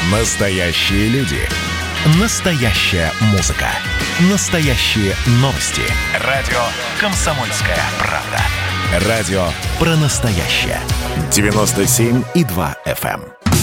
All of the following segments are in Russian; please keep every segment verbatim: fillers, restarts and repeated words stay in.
Настоящие люди. Настоящая музыка. Настоящие новости. Радио «Комсомольская правда». Радио про настоящее. девяносто семь и два эф эм.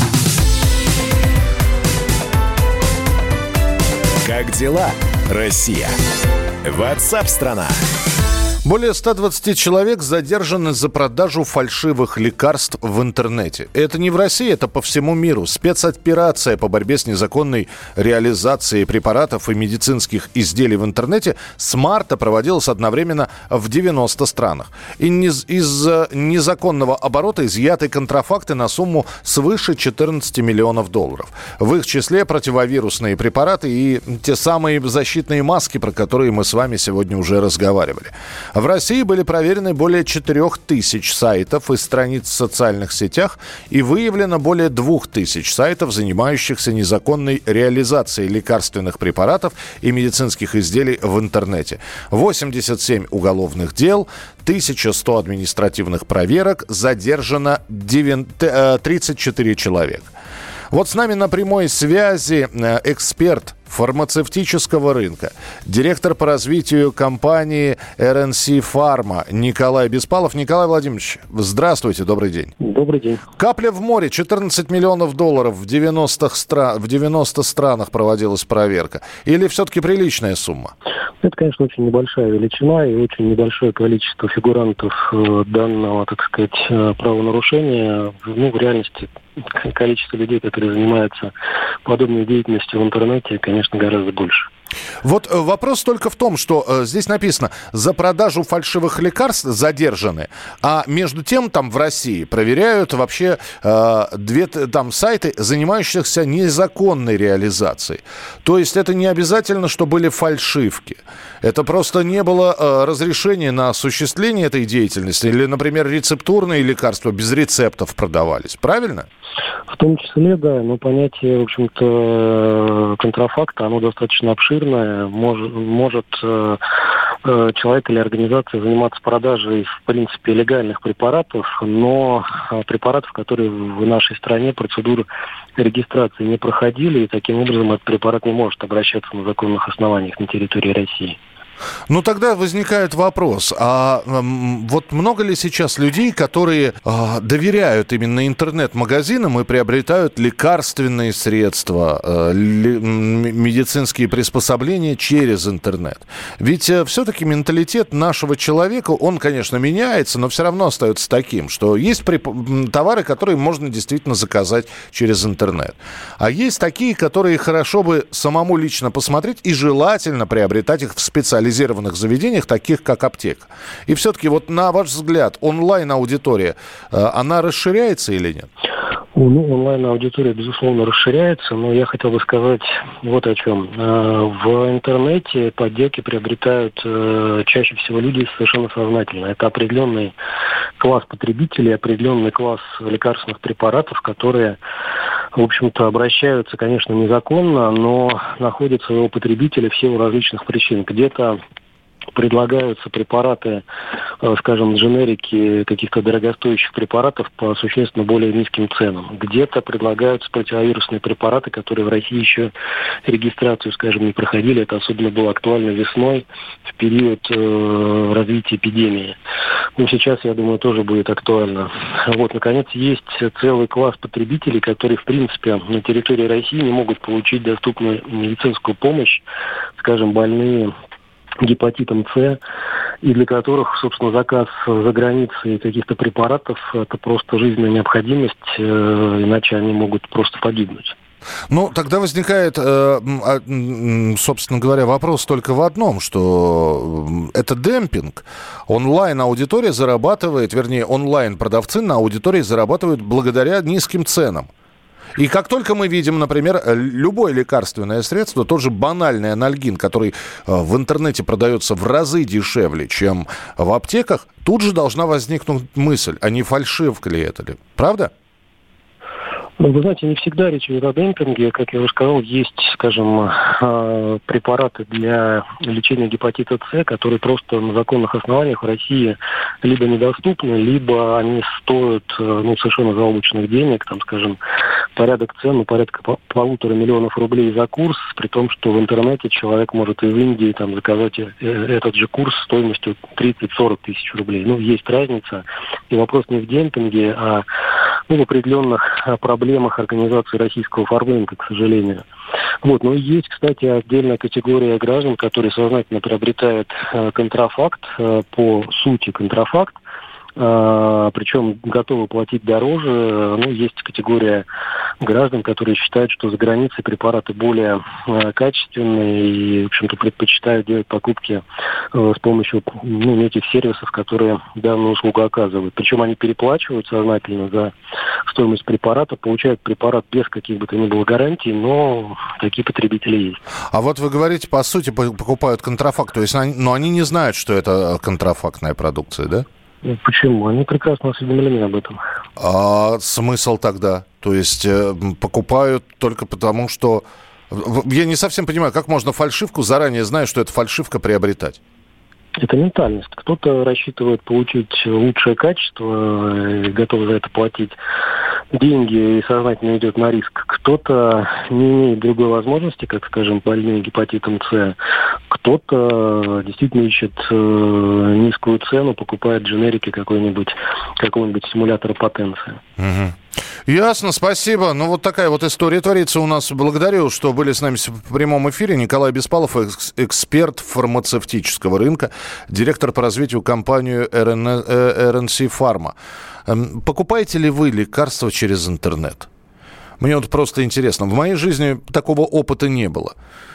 Как дела, Россия? WhatsApp-страна. Более ста двадцати человек задержаны за продажу фальшивых лекарств в интернете. Это не в России, это по всему миру. Спецоперация по борьбе с незаконной реализацией препаратов и медицинских изделий в интернете с марта проводилась одновременно в девяноста странах. И из незаконного оборота изъяты контрафакты на сумму свыше четырнадцати миллионов долларов. В их числе противовирусные препараты и те самые защитные маски, про которые мы с вами сегодня уже разговаривали. В России были проверены более четырех тысяч сайтов и страниц в социальных сетях и выявлено более двух тысяч сайтов, занимающихся незаконной реализацией лекарственных препаратов и медицинских изделий в интернете. восемьдесят семь уголовных дел, тысяча сто административных проверок, задержано тридцать четыре человека. Вот с нами на прямой связи эксперт фармацевтического рынка, директор по развитию компании эр эн си Pharma Николай Беспалов. Николай Владимирович, здравствуйте, добрый день. Добрый день. Капля в море, четырнадцать миллионов долларов в девяноста, стра... в девяноста странах проводилась проверка. Или все-таки приличная сумма? Это, конечно, очень небольшая величина и очень небольшое количество фигурантов данного, так сказать, правонарушения. Ну, в реальности количество людей, которые занимаются подобной деятельностью в интернете, конечно, гораздо больше. Вот вопрос только в том, что э, здесь написано, за продажу фальшивых лекарств задержаны, а между тем там в России проверяют вообще э, две там сайты, занимающихся незаконной реализацией. То есть это не обязательно, что были фальшивки. Это просто не было э, разрешения на осуществление этой деятельности. Или, например, рецептурные лекарства без рецептов продавались. Правильно? В том числе, да, но понятие, в общем-то, контрафакта, оно достаточно обширное. Может, может э, человек или организация заниматься продажей, в принципе, легальных препаратов, но препаратов, которые в нашей стране процедуру регистрации не проходили, и таким образом этот препарат не может обращаться на законных основаниях на территории России. Ну, тогда возникает вопрос, а эм, вот много ли сейчас людей, которые э, доверяют именно интернет-магазинам и приобретают лекарственные средства, э, ли, медицинские приспособления через интернет? Ведь э, все-таки менталитет нашего человека, он, конечно, меняется, но все равно остается таким, что есть прип- товары, которые можно действительно заказать через интернет. А есть такие, которые хорошо бы самому лично посмотреть и желательно приобретать их в специализированных заведениях, таких как аптека. И все-таки, вот на ваш взгляд, онлайн-аудитория, она расширяется или нет? Ну, онлайн-аудитория, безусловно, расширяется, но я хотел бы сказать вот о чем. В интернете подделки приобретают чаще всего люди совершенно сознательно. Это определенный класс потребителей, определенный класс лекарственных препаратов, которые, в общем-то, обращаются, конечно, незаконно, но находят своего потребителя в силу различных причин. Где-то предлагаются препараты, скажем, дженерики каких-то дорогостоящих препаратов по существенно более низким ценам. Где-то предлагаются противовирусные препараты, которые в России еще регистрацию, скажем, не проходили. Это особенно было актуально весной, в период э, развития эпидемии. Ну, сейчас, я думаю, тоже будет актуально. Вот, наконец, есть целый класс потребителей, которые, в принципе, на территории России не могут получить доступную медицинскую помощь, скажем, больные гепатитом С, и для которых, собственно, заказ за границей каких-то препаратов – это просто жизненная необходимость, э, иначе они могут просто погибнуть. Ну, тогда возникает, э, собственно говоря, вопрос только в одном, что это демпинг. Онлайн-аудитория зарабатывает, вернее, онлайн-продавцы на аудитории зарабатывают благодаря низким ценам. И как только мы видим, например, любое лекарственное средство, тот же банальный анальгин, который в интернете продается в разы дешевле, чем в аптеках, тут же должна возникнуть мысль, а не фальшивка ли это ли? Правда? Ну, вы знаете, не всегда речь идет о демпинге. Как я уже сказал, есть, скажем, препараты для лечения гепатита С, которые просто на законных основаниях в России либо недоступны, либо они стоят ну, совершенно заоблачных денег, там, скажем, порядок цен, ну, порядка полутора миллионов рублей за курс, при том, что в интернете человек может и в Индии там, заказать этот же курс стоимостью тридцать-сорок тысяч рублей. Ну, есть разница. И вопрос не в демпинге, а ну, в определенных проблемах организации российского фармрынка, к сожалению. Вот. Но есть, кстати, отдельная категория граждан, которые сознательно приобретают э, контрафакт, э, по сути контрафакт, э, причем готовы платить дороже. Ну, есть категория граждан, которые считают, что за границей препараты более э, качественные и, в общем-то, предпочитают делать покупки э, с помощью ну, этих сервисов, которые данную услугу оказывают. Причем они переплачивают сознательно за стоимость препарата, получают препарат без каких бы то ни было гарантий, но такие потребители есть. А вот вы говорите, по сути, покупают контрафакт, то есть, они, но они не знают, что это контрафактная продукция, да? Почему? Они прекрасно осведомлены об этом. А смысл тогда? То есть э, покупают только потому, что... Я не совсем понимаю, как можно фальшивку, заранее зная, что это фальшивка, приобретать? Это ментальность. Кто-то рассчитывает получить лучшее качество, готов за это платить деньги и сознательно идет на риск. Кто-то не имеет другой возможности, как, скажем, больные гепатитом С. Кто-то действительно ищет э, низкую цену, покупает дженерики какой-нибудь, какого-нибудь стимулятора потенции. Угу. Ясно, спасибо. Ну, вот такая вот история творится у нас. Благодарю, что были с нами в прямом эфире. Николай Беспалов, эксперт фармацевтического рынка, директор по развитию компании эр эн си Pharma. Покупаете ли вы лекарства через интернет? Мне вот просто интересно. В моей жизни такого опыта не было.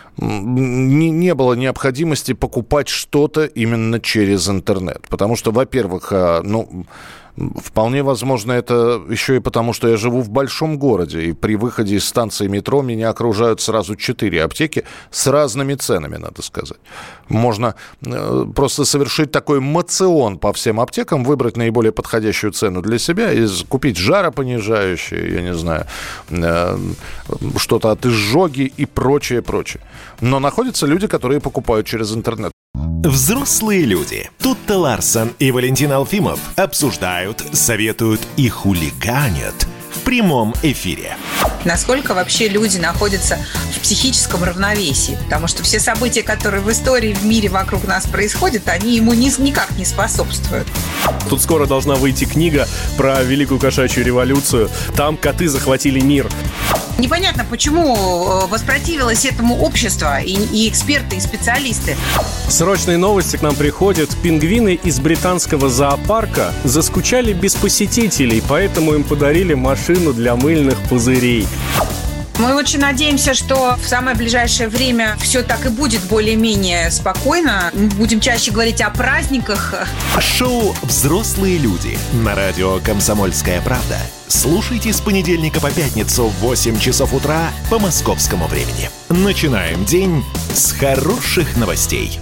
Не, не было необходимости покупать что-то именно через интернет. Потому что, во-первых, ну... Вполне возможно, это еще и потому, что я живу в большом городе, и при выходе из станции метро меня окружают сразу четыре аптеки с разными ценами, надо сказать. Можно э, просто совершить такой моцион по всем аптекам, выбрать наиболее подходящую цену для себя и купить жаропонижающее, я не знаю, э, что-то от изжоги и прочее, прочее. Но находятся люди, которые покупают через интернет. Взрослые люди. Тут-то Ларсон и Валентин Алфимов обсуждают, советуют и хулиганят в прямом эфире. Насколько вообще люди находятся в психическом равновесии? Потому что все события, которые в истории, в мире вокруг нас происходят, они ему ни, никак не способствуют. Тут скоро должна выйти книга про Великую кошачью революцию. Там коты захватили мир. Непонятно, почему воспротивилось этому общество и, и эксперты, и специалисты. Срочные новости к нам приходят. Пингвины из британского зоопарка заскучали без посетителей, поэтому им подарили машину для мыльных пузырей. Мы очень надеемся, что в самое ближайшее время все так и будет более-менее спокойно. Мы будем чаще говорить о праздниках. Шоу «Взрослые люди» на радио «Комсомольская правда». Слушайте с понедельника по пятницу в восемь часов утра по московскому времени. Начинаем день с хороших новостей.